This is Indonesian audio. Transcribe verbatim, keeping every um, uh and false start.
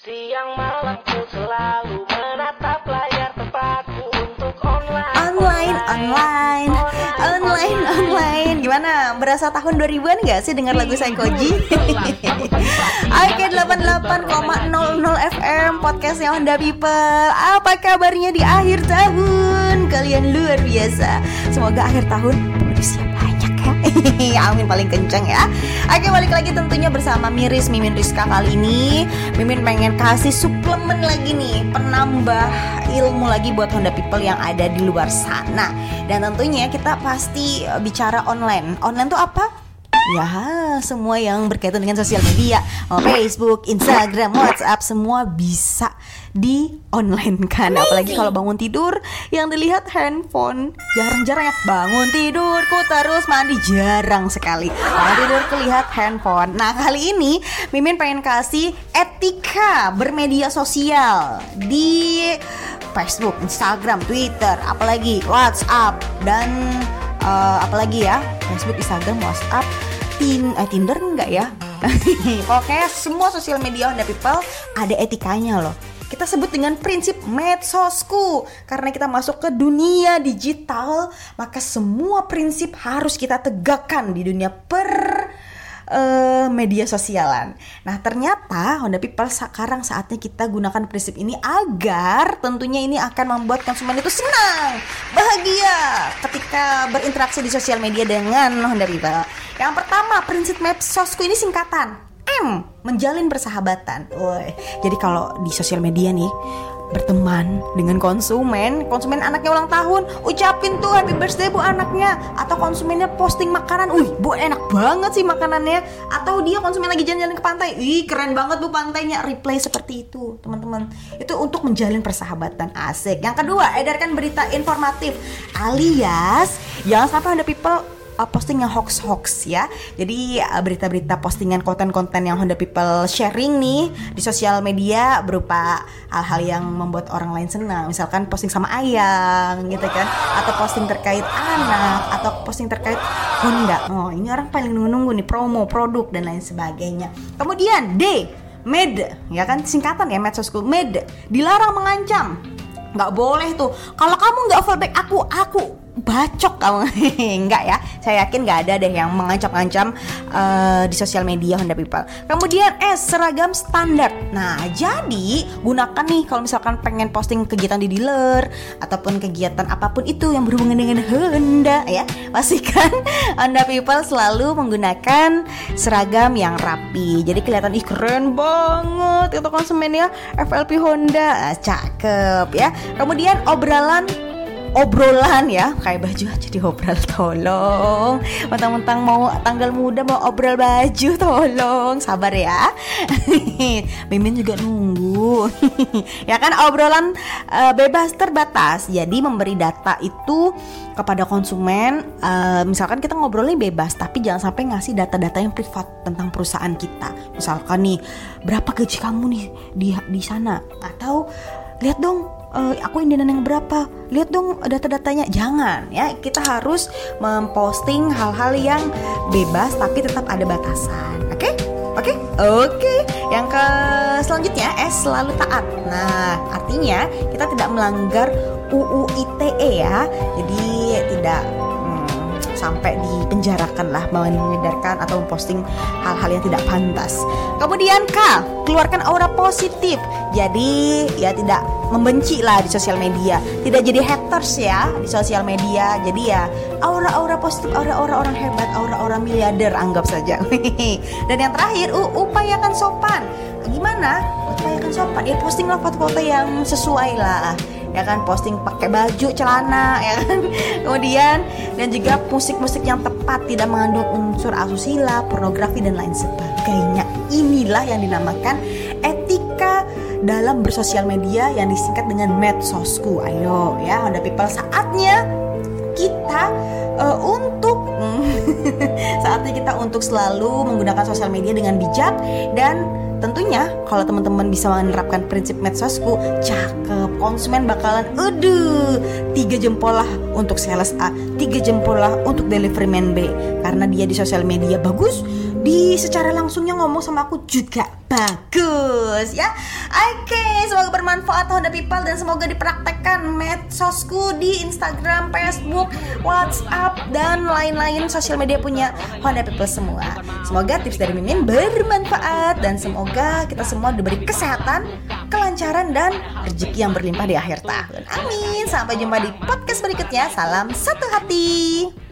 Siang malam ku selalu menatap layar tempatku untuk online. Online, online, online, online. Gimana? Berasa tahun dua ribuan gak sih dengar lagu Saikoji? Oke, delapan puluh delapan koma nol nol F M podcastnya Honda People. Apa kabarnya di akhir tahun? Kalian luar biasa. Semoga akhir tahun siap banyak ya. Amin, paling kenceng ya. Oke, balik lagi tentunya bersama Miris Mimin Rizka. Kali ini Mimin pengen kasih suplemen lagi nih, penambah ilmu lagi buat Honda People yang ada di luar sana. Dan tentunya kita pasti bicara online. Online tuh apa? Ya, semua yang berkaitan dengan sosial media, oh, Facebook, Instagram, WhatsApp, semua bisa di online kan. Apalagi kalau bangun tidur yang dilihat handphone. Jarang-jarang ya bangun tidur ku terus mandi, jarang sekali bangun tidur kelihat handphone. Nah, kali ini Mimin pengen kasih etika bermedia sosial di Facebook, Instagram, Twitter, apalagi WhatsApp dan uh, apalagi ya, Facebook, Instagram, WhatsApp, Tin, eh, Tinder enggak ya? Pokoknya semua sosial media Honda People ada etikanya loh. Kita sebut dengan prinsip medsosku. Karena kita masuk ke dunia digital, maka semua prinsip harus kita tegakkan di dunia per uh, media sosialan. Nah, ternyata Honda People sekarang saatnya kita gunakan prinsip ini agar tentunya ini akan membuat konsumen itu senang, bahagia ketika berinteraksi di sosial media dengan Honda People. Yang pertama, prinsip medsosku ini singkatan M, menjalin persahabatan. Woy. Jadi kalau di sosial media nih berteman dengan konsumen, konsumen anaknya ulang tahun, ucapin tuh happy birthday bu anaknya. Atau konsumennya posting makanan, wih bu enak banget sih makanannya. Atau dia konsumen lagi jalan-jalan ke pantai, wih keren banget bu pantainya, replay seperti itu teman-teman. Itu untuk menjalin persahabatan, asik. Yang kedua, edarkan berita informatif, alias jangan sampai Honda People Uh, posting yang hoax-hoax ya. Jadi uh, berita-berita postingan konten-konten yang Honda People sharing nih di sosial media berupa hal-hal yang membuat orang lain senang. Misalkan posting sama ayang gitu kan, atau posting terkait anak, atau posting terkait Honda. Oh, ini orang paling nunggu-nunggu nih, promo, produk dan lain sebagainya. Kemudian D, med, ya kan singkatan ya medsosku. Med, dilarang mengancam. Nggak boleh tuh. Kalau kamu nggak follow back aku, aku bacok kamu. Enggak ya, saya yakin nggak ada deh yang mengancam-ancam uh, di sosial media Honda People. Kemudian S, seragam standar. Nah, jadi gunakan nih kalau misalkan pengen posting kegiatan di dealer ataupun kegiatan apapun itu yang berhubungan dengan Honda ya, pastikan Honda People selalu menggunakan seragam yang rapi. Jadi kelihatan ih keren banget itu konsumennya F L P Honda. Nah, cakep ya. Kemudian obrolan obrolan ya, kayak baju aja diobrol, tolong. Mentang-mentang mau tanggal muda mau obrol baju, tolong sabar ya. Mimin juga nunggu. Ya kan, obrolan uh, bebas terbatas. Jadi memberi data itu kepada konsumen, uh, misalkan kita ngobrolnya bebas, tapi jangan sampai ngasih data-data yang privat tentang perusahaan kita. Misalkan nih, berapa gaji kamu nih di di sana? Atau lihat dong, Uh, aku indian yang berapa, lihat dong data-datanya. Jangan ya, kita harus memposting hal-hal yang bebas tapi tetap ada batasan. Oke? Okay? Oke? Okay? Oke. Okay. Yang ke selanjutnya S, selalu taat. Nah, artinya kita tidak melanggar U U I T E ya. Jadi tidak hmm, sampai dipenjarakan lah, mengedarkan atau memposting hal-hal yang tidak pantas. Kemudian K, keluarkan aura positif. Jadi ya tidak membenci lah di sosial media, tidak jadi haters ya di sosial media. Jadi ya aura-aura positif, aura-aura orang hebat, aura-aura miliarder anggap saja. Dan yang terakhir, uh, upayakan sopan. Gimana? Upayakan sopan. Ya postinglah foto-foto yang sesuai lah. Ya kan, posting pakai baju, celana, ya kan. Kemudian dan juga musik-musik yang tepat, tidak mengandung unsur asusila, pornografi dan lain sebagainya. Inilah yang dinamakan etika dalam bersosial media yang disingkat dengan medsosku. Ayo ya Honda People, saatnya kita uh, untuk saatnya kita untuk selalu menggunakan sosial media dengan bijak. Dan tentunya kalau teman-teman bisa menerapkan prinsip medsosku, cakep, konsumen bakalan aduh, tiga jempol lah untuk sales A, tiga jempol lah untuk delivery man B, karena dia di sosial media bagus, di secara langsungnya ngomong sama aku juga bagus ya. Oke, semoga bermanfaat Honda People dan semoga dipraktekkan medsosku di Instagram, Facebook, WhatsApp, dan lain-lain sosial media punya Honda People semua. Semoga tips dari Mimin bermanfaat dan semoga kita semua diberi kesehatan, kelancaran, dan rezeki yang berlimpah di akhir tahun. Amin. Sampai jumpa di podcast berikutnya. Salam satu hati.